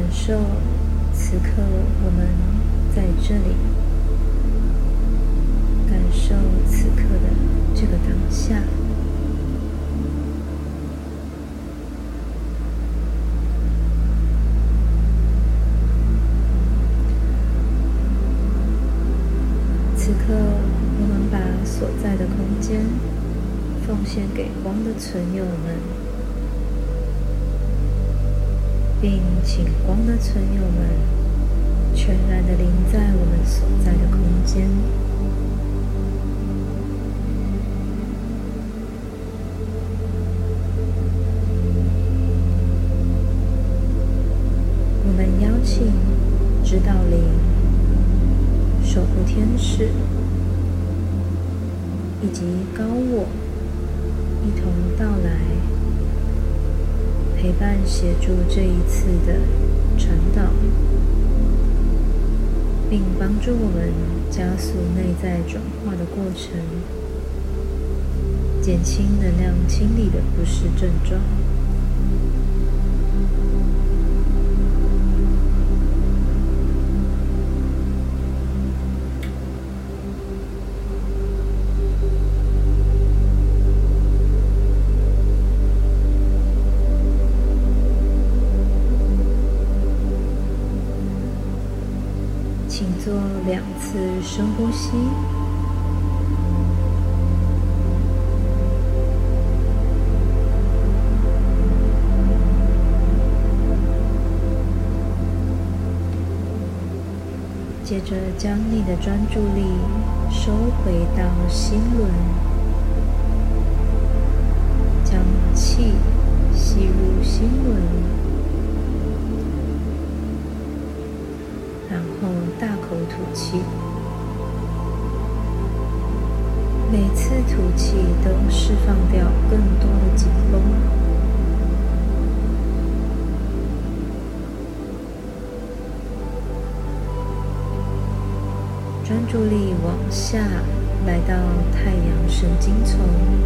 受此刻我们在这里，感受此刻的这个当下。此刻，我们把所在的空间奉献给光的存有们，并请光的存有们全然的临在我们所在的空间。我们邀请指导灵、守护天使以及高我一同到来，陪伴协助这一次的传导，并帮助我们加速内在转化的过程，减轻能量清理的不适症状。请做2次深呼吸，接着将你的专注力收回到心轮，将气吸入心轮，然后大口吐气。每次吐气都释放掉更多的紧绷。专注力往下来到太阳神经丛，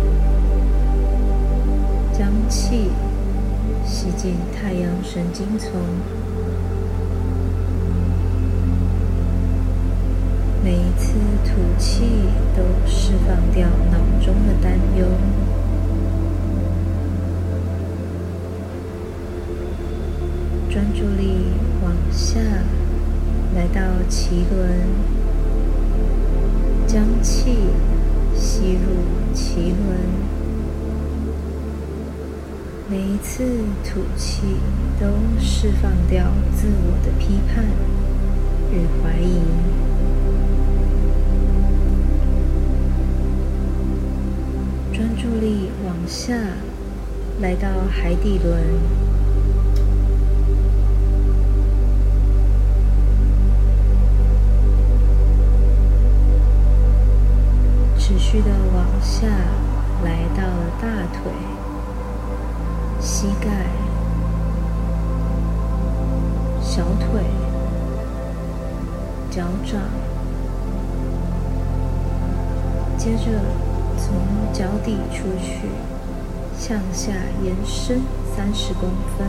将气吸进太阳神经丛。每一次吐气都释放掉脑中的担忧。专注力往下来到脐轮，将气吸入脐轮。每一次吐气都释放掉自我的批判与怀疑。专注力往下来到海底轮，持续的往下来到大腿、膝盖、小腿、脚掌，接着从脚底出去，向下延伸30公分，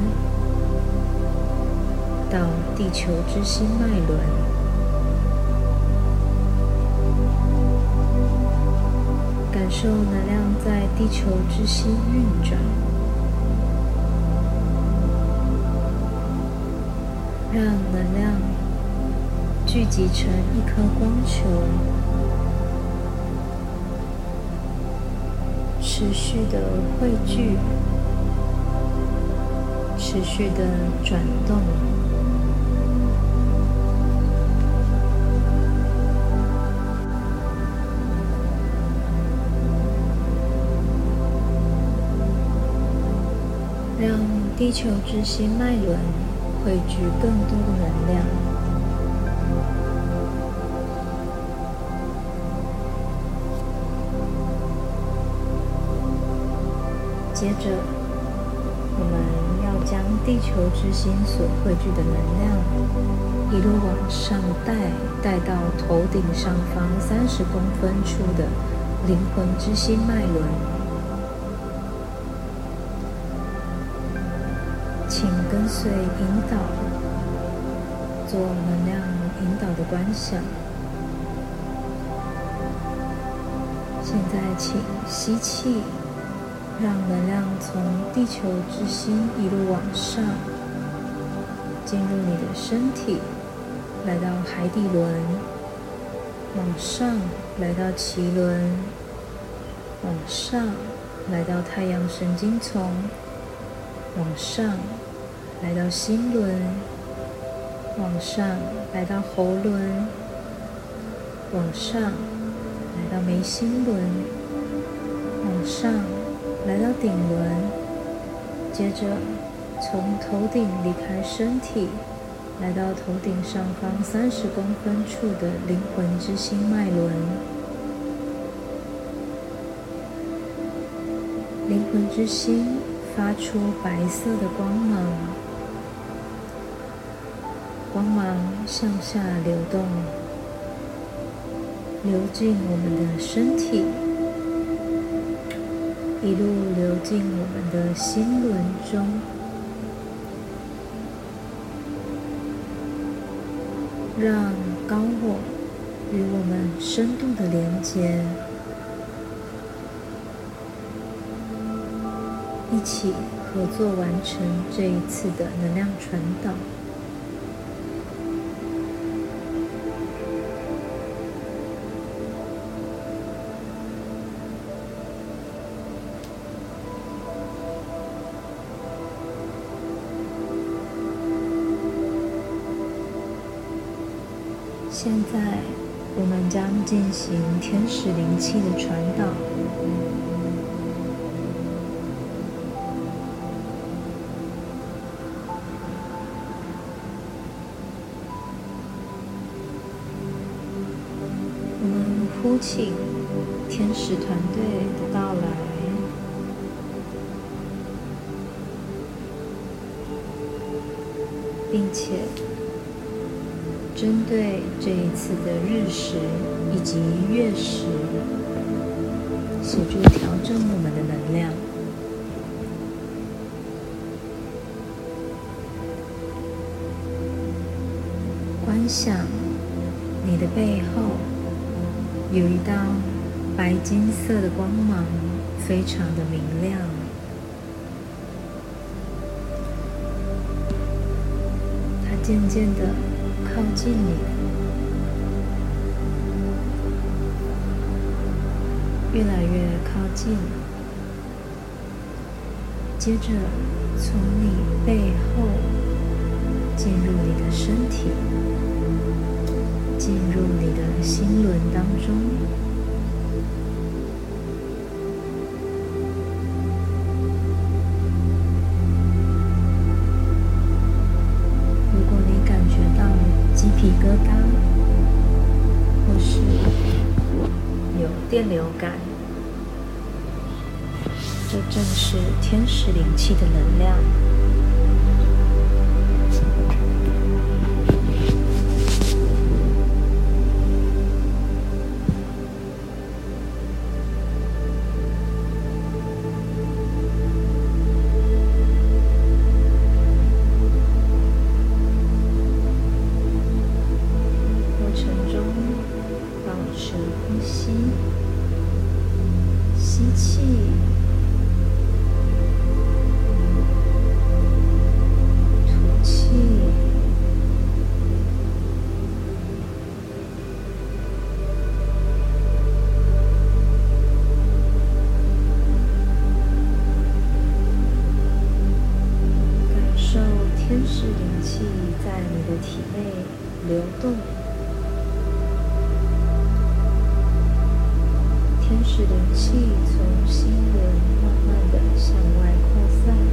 到地球之心脉轮。感受能量在地球之心运转，让能量聚集成一颗光球，持续的汇聚，持续的转动。让地球之心脉轮汇聚更多的能量。接着，我们要将地球之心所汇聚的能量一路往上带到头顶上方30公分处的灵魂之心脉轮。请跟随引导， 做能量引导的观想。现在请吸气，让能量从地球之心一路往上，进入你的身体，来到海底轮，往上来到脐轮，往上来到太阳神经丛，往上来到心轮，往上来到喉轮，往上来到眉心轮，往上来到顶轮，接着从头顶离开身体，来到头顶上方30公分处的灵魂之心脉轮。灵魂之心发出白色的光芒，光芒向下流动，流进我们的身体，一路流进我们的心轮中。让高我与我们深度的连结，一起合作完成这一次的能量传导。现在，我们将进行天使灵气的传导。我们呼请天使团队的到来，并且针对这一次的日食以及月食，协助调整我们的能量。观想你的背后有一道白金色的光芒，非常的明亮。它渐渐的靠近你，越来越靠近，接着从你背后进入你的身体，进入你的心轮当中。鸡皮疙瘩，或是有电流感，这正是天使灵气的能量。吸气，吐气，感受天使灵气在你的体内流动。天使灵气从心轮慢慢的向外扩散，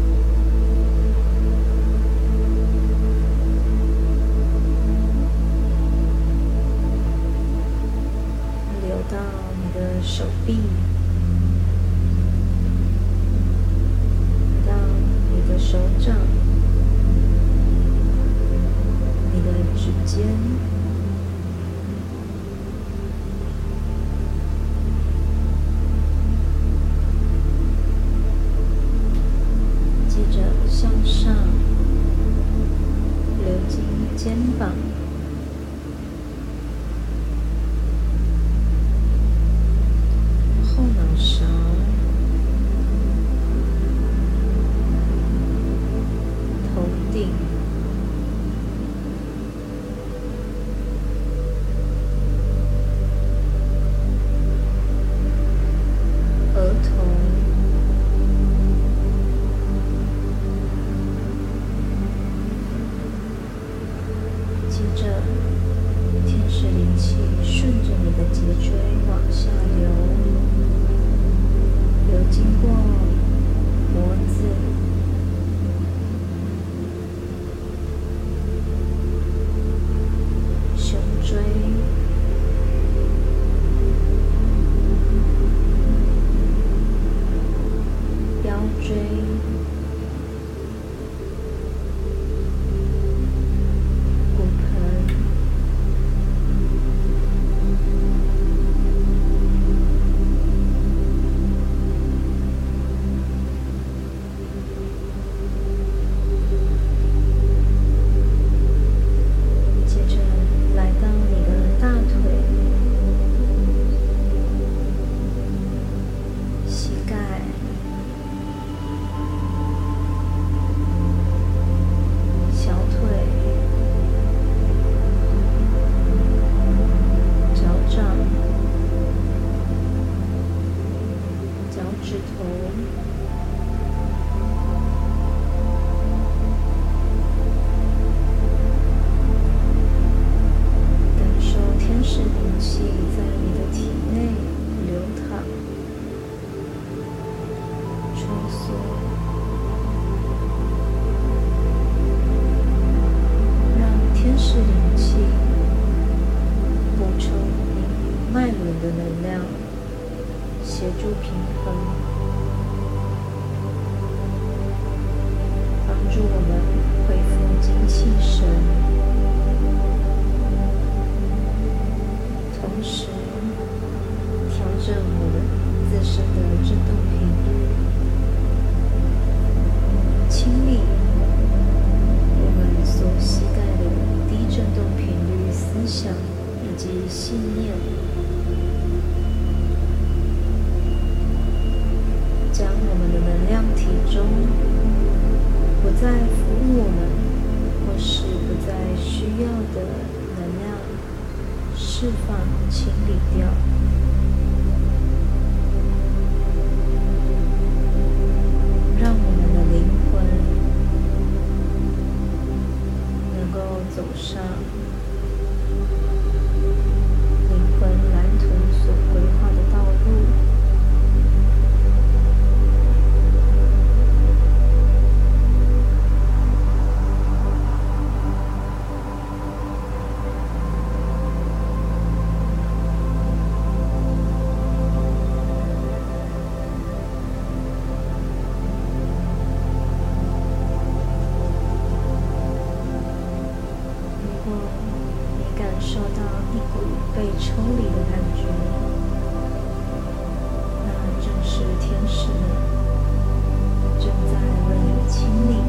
流到你的手臂，到你的手掌，你的指尖。向上流经肩膀、后脑勺、头顶、额头、接着，天使灵气顺着你的脊椎往下流，流经过脖子、胸椎、腰椎、骨盆、接着来到你的大腿、膝盖、小腿、脚掌、脚趾头、感受天使灵气在你的体内流淌、穿梭，让天使灵气补充你脉轮的能量，协助平衡，帮助我们恢复精气神，同时调整我们自身的振动频率，清理我们所携带的低振动频率思想以及信念，将我们的能量体中不再服务我们或是不再需要的能量释放、清理掉，让我们的灵魂能够走上灵魂蓝图所规划的道路。如果你感受到一股被抽离的感觉，那正是天使正在为你清理。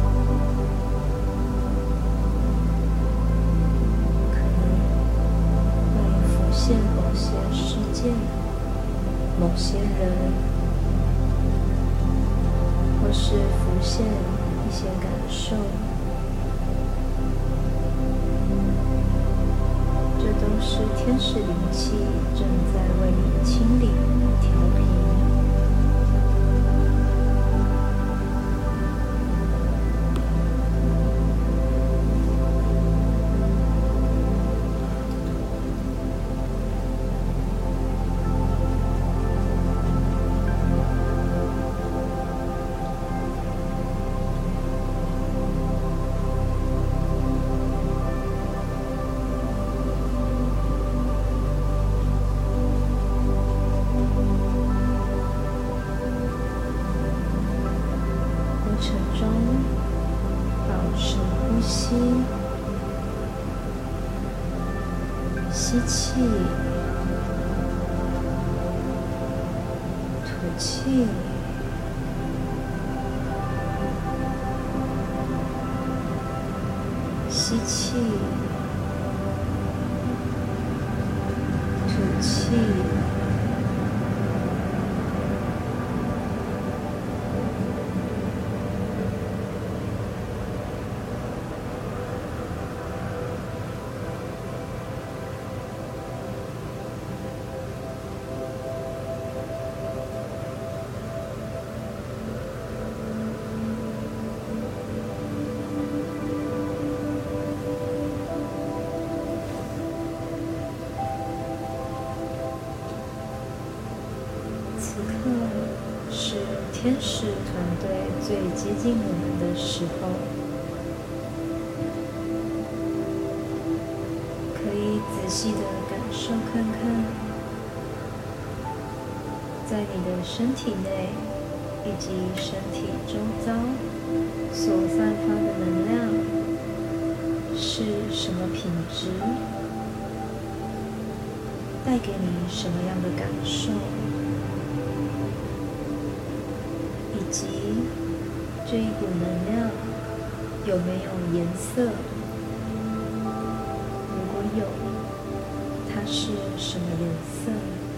可能会浮现某些事件、某些人，或是浮现一些感受。这都是天使灵气正在为你清理、调频。吸气，吐气，吸气， 气。此刻是天使团队最接近我们的时候，可以仔细的感受看看，在你的身体内以及身体周遭所散发的能量是什么品质，带给你什么样的感受，以及这一股能量有没有颜色？如果有，它是什么颜色？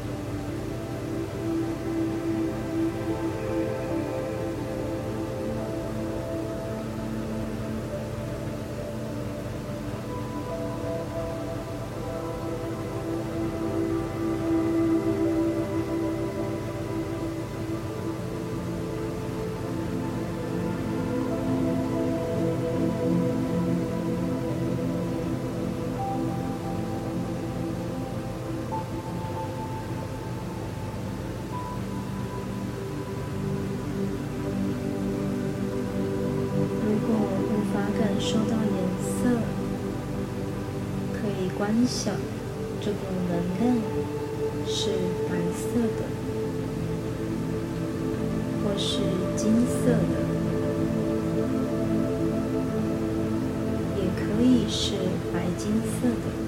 收到颜色，可以观想这股能量是白色的，或是金色的，也可以是白金色的。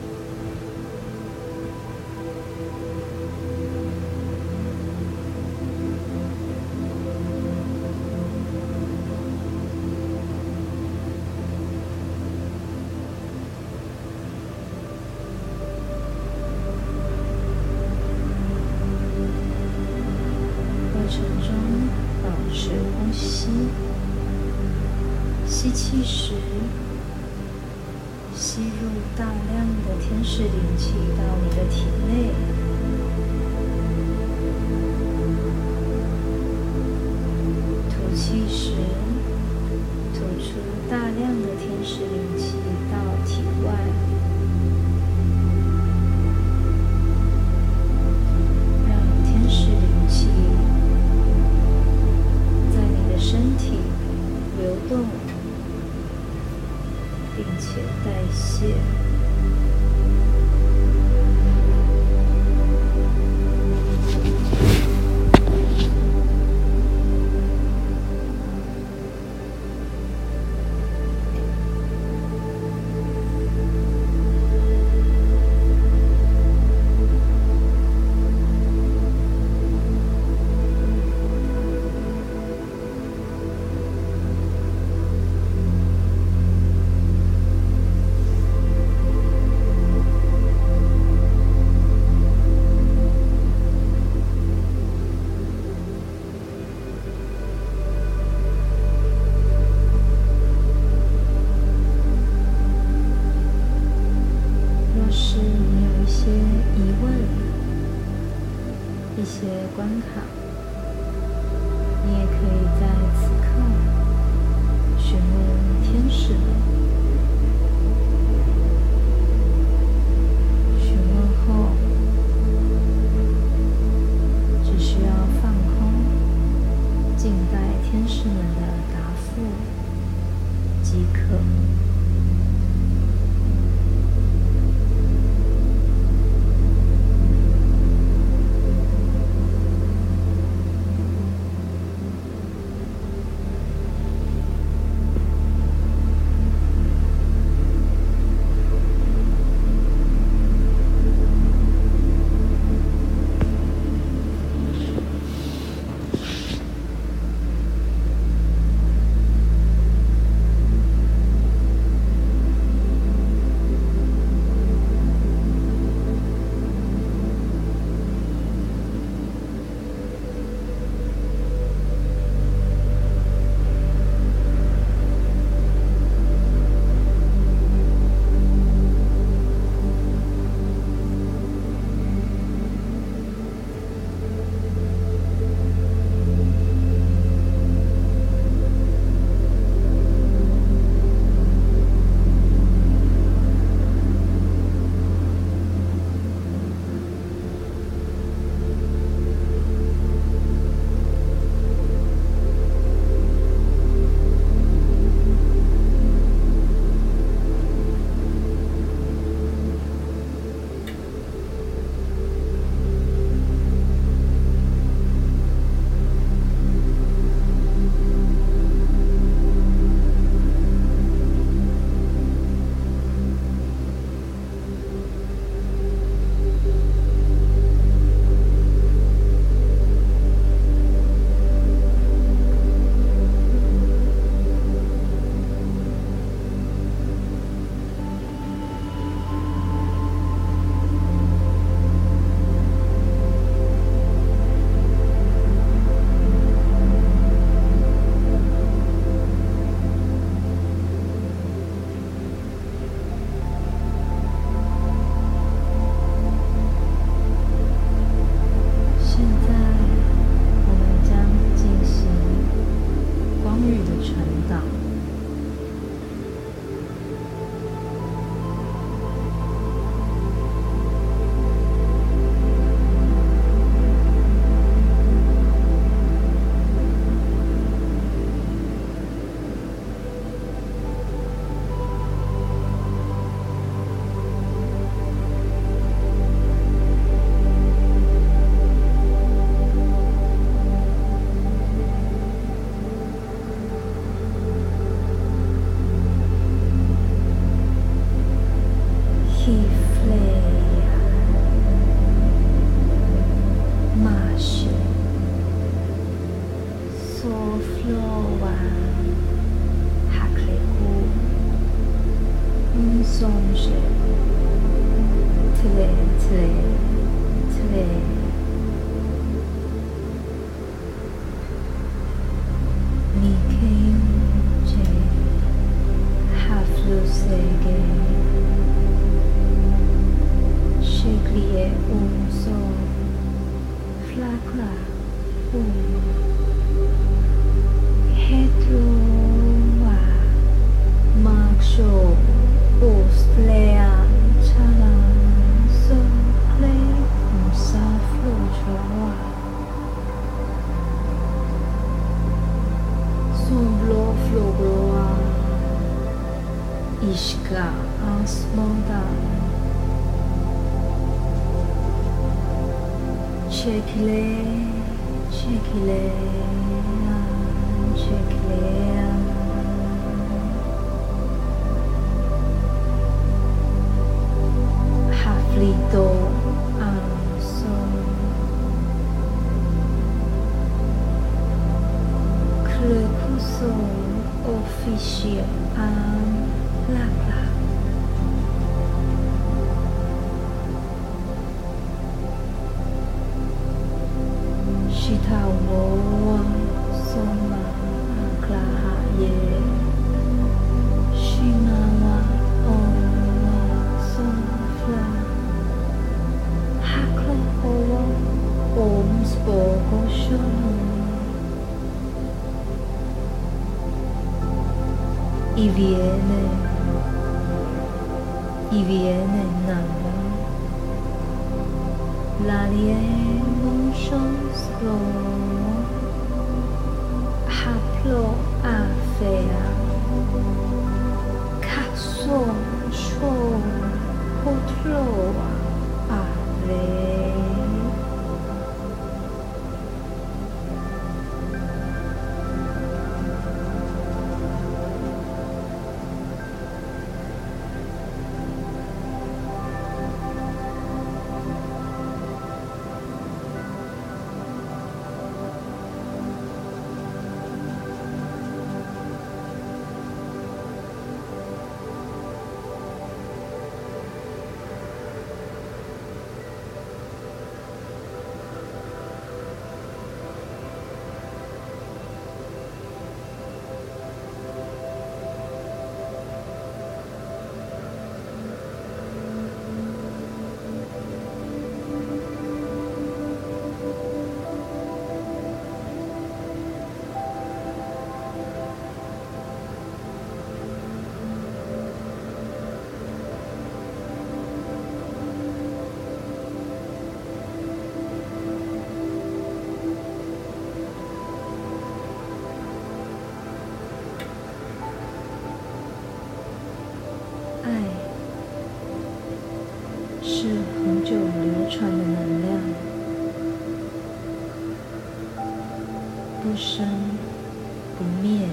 吸气时，吸入大量的天使灵气到你的体内。吐气时，吐出大量的天使灵气到体外。让天使灵气在你的身体流动，并且代谢。一些关卡，你也可以在此刻询问天使们。询问后，只需要放空，静待天使们的答复即可。 松懈，特累特累特累。你可以这哈弗鲁塞给谢克里耶乌索弗拉克拉乌黑土瓦马修乌斯雷亚查拉索雷乌萨弗鲁乔瓦。Somblo flogloa Ishka asmoda Chekile Chekile Chekile Haflito Anso Krekuso Official Lakla Shitawoa Soma Aklahaye Shinawa Owa Somfla Hakla Owa Omsbogoshono y viene nada la emotions lo haplo afea caso cho potlo ave是恒久流传的能量，不生不灭。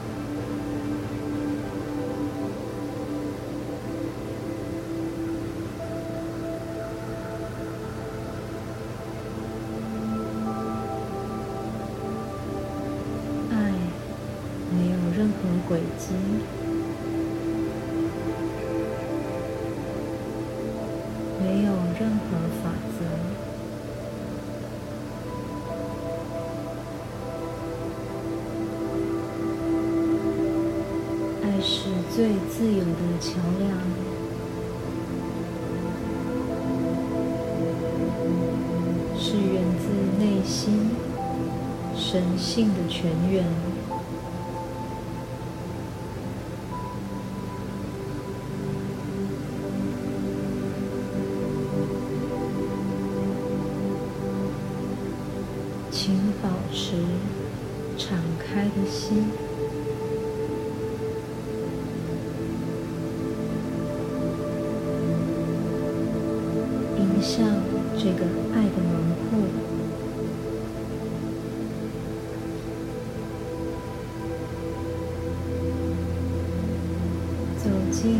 爱没有任何轨迹。没有任何法则，爱是最自由的桥梁，是源自内心神性的泉源。请保持敞开的心，迎向这个爱的门户，走进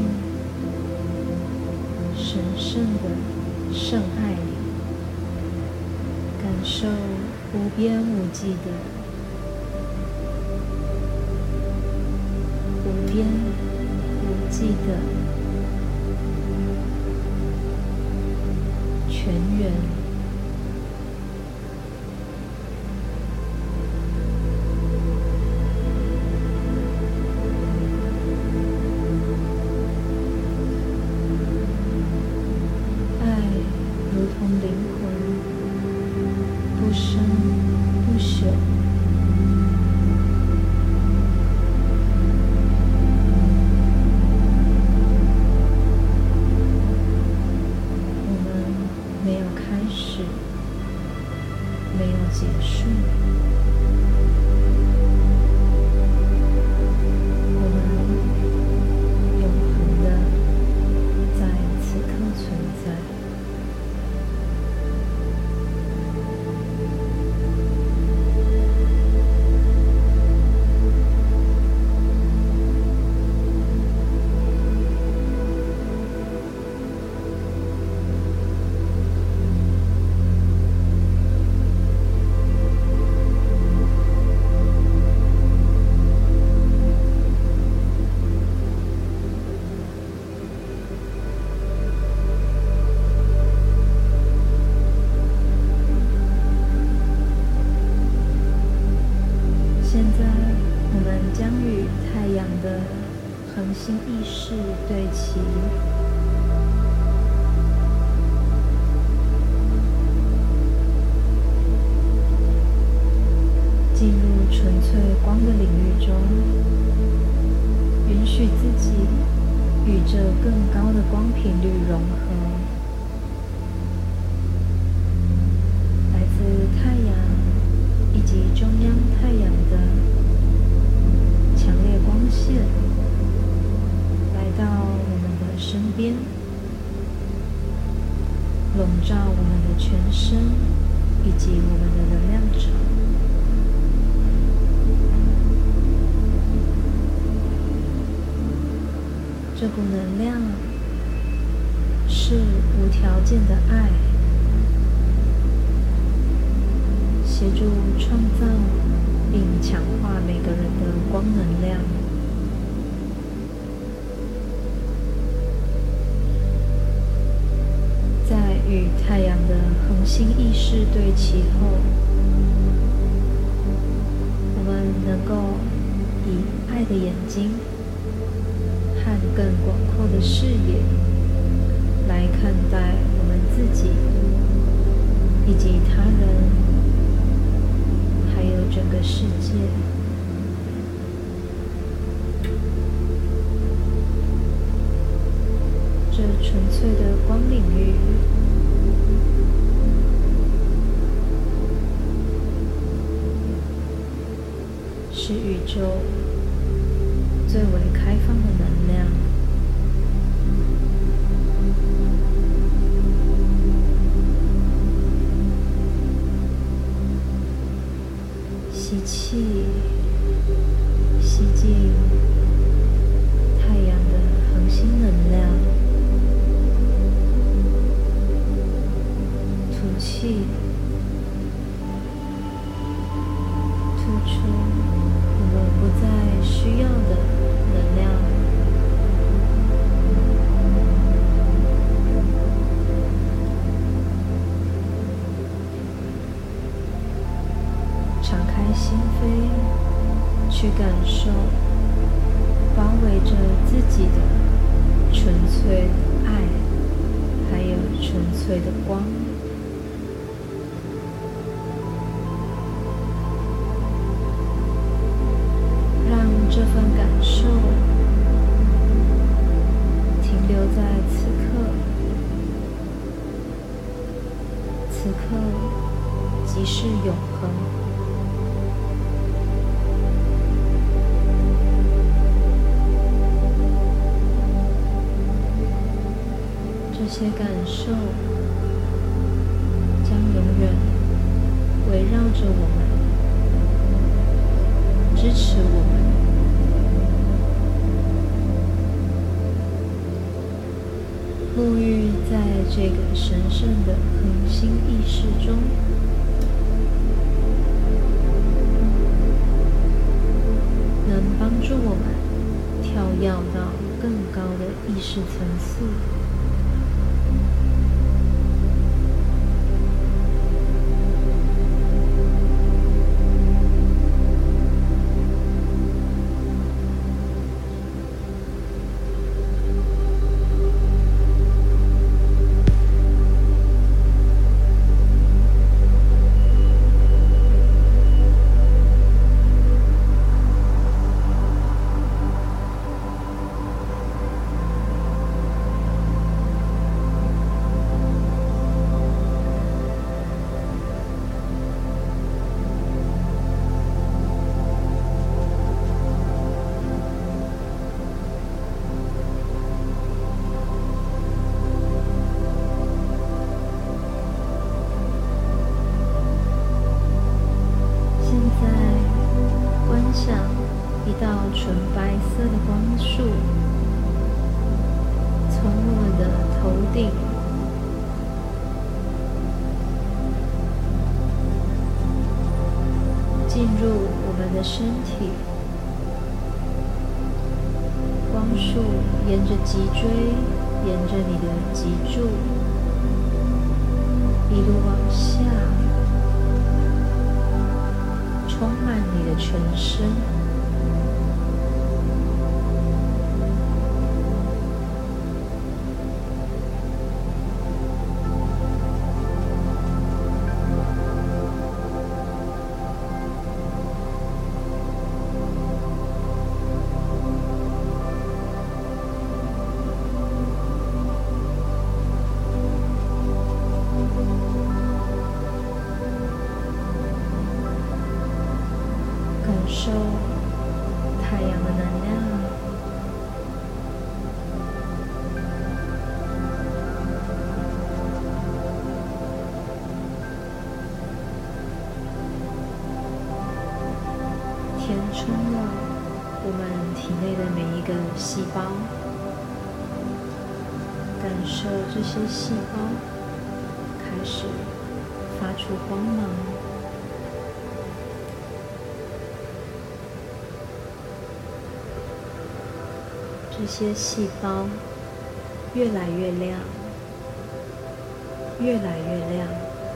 神圣的圣爱里，感受无边无际的、无边无际的全圆。爱如同灵魂，不生不朽。结束，我们永恒的在此刻存在。现在，我们将与太阳的恒星意识对齐，进入纯粹光的领域中，允许自己与这更高的光频率融合，来自太阳以及中央太阳的强烈光线来到我们的身边，笼罩我们的全身以及我们的能量场。这股能量是无条件的爱，协助创造并强化每个人的光能量。在与太阳的恒星意识对齐后，我们能够以爱的眼睛和更广阔的视野来看待我们自己以及他人，还有整个世界。这纯粹的光领域是宇宙最为开放的能量。吸气，吸进太阳的恒星能量，吐气，吐出我们不再需要的能量。敞开心扉，去感受包围着自己的纯粹的爱，还有纯粹的光。让这份感受停留在此刻，此刻即是永恒。这些感受将永远围绕着我们，支持我们。沐浴在这个神圣的恒星意识中，能帮助我们跳跃到更高的意识层次。 身体，光束沿着脊椎，沿着你的脊柱，一路往下，充满你的全身。感受太阳的能量，填充了我们体内的每一个细胞，感受这些细胞开始发出光芒。这些细胞越来越亮，越来越亮。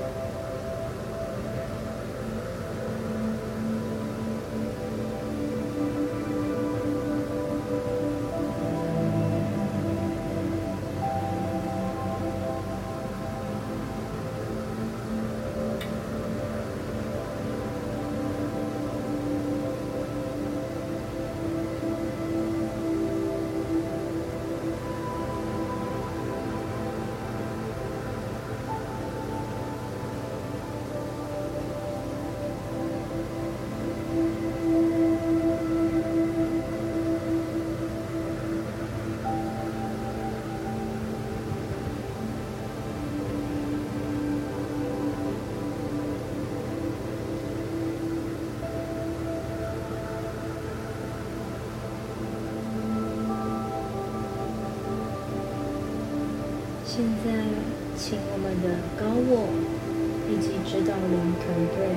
现在，请我们的高我以及指导灵团队，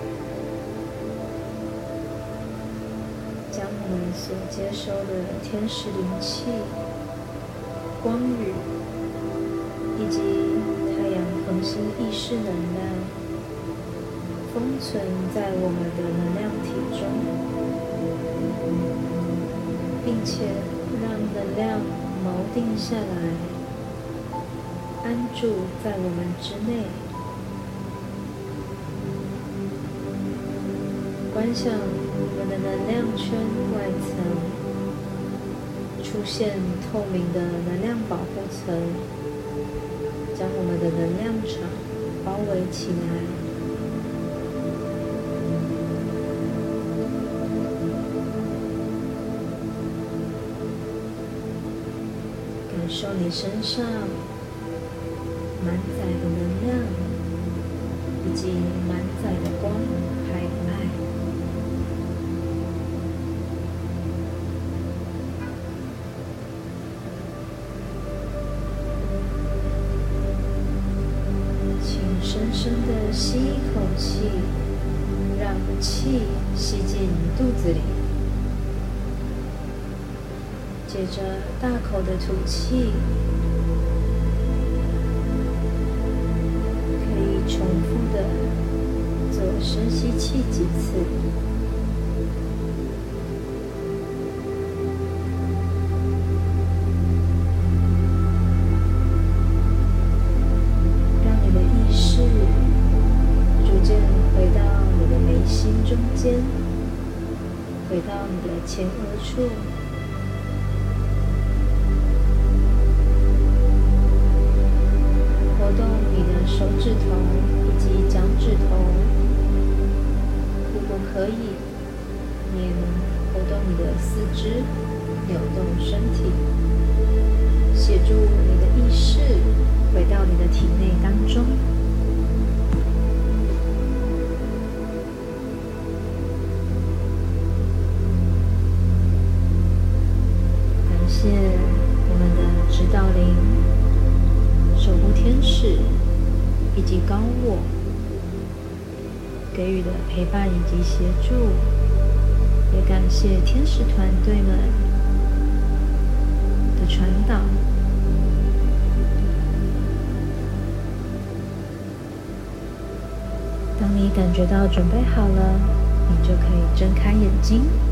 将我们所接收的天使灵气、光雨以及太阳恒星意识能量，封存在我们的能量体中，并且让能量锚定下来。安住在我们之内，观想我们的能量圈外层出现透明的能量保护层，将我们的能量场包围起来。感受你身上满载的能量，以及满载的光还有爱。请深深的吸一口气，让气吸进肚子里，接着大口的吐气。重复的做深吸气几次，让你的意识逐渐回到你的眉心中间，回到你的前额处。活动你的手指头以及脚趾头，如果可以，你也能活动你的四肢，扭动身体，协助你的意识回到你的体内当中。感谢我们的指导灵、守护天使以及高我给予的陪伴以及协助， 也感谢天使团队们的传导。当你感觉到准备好了，你就可以睁开眼睛。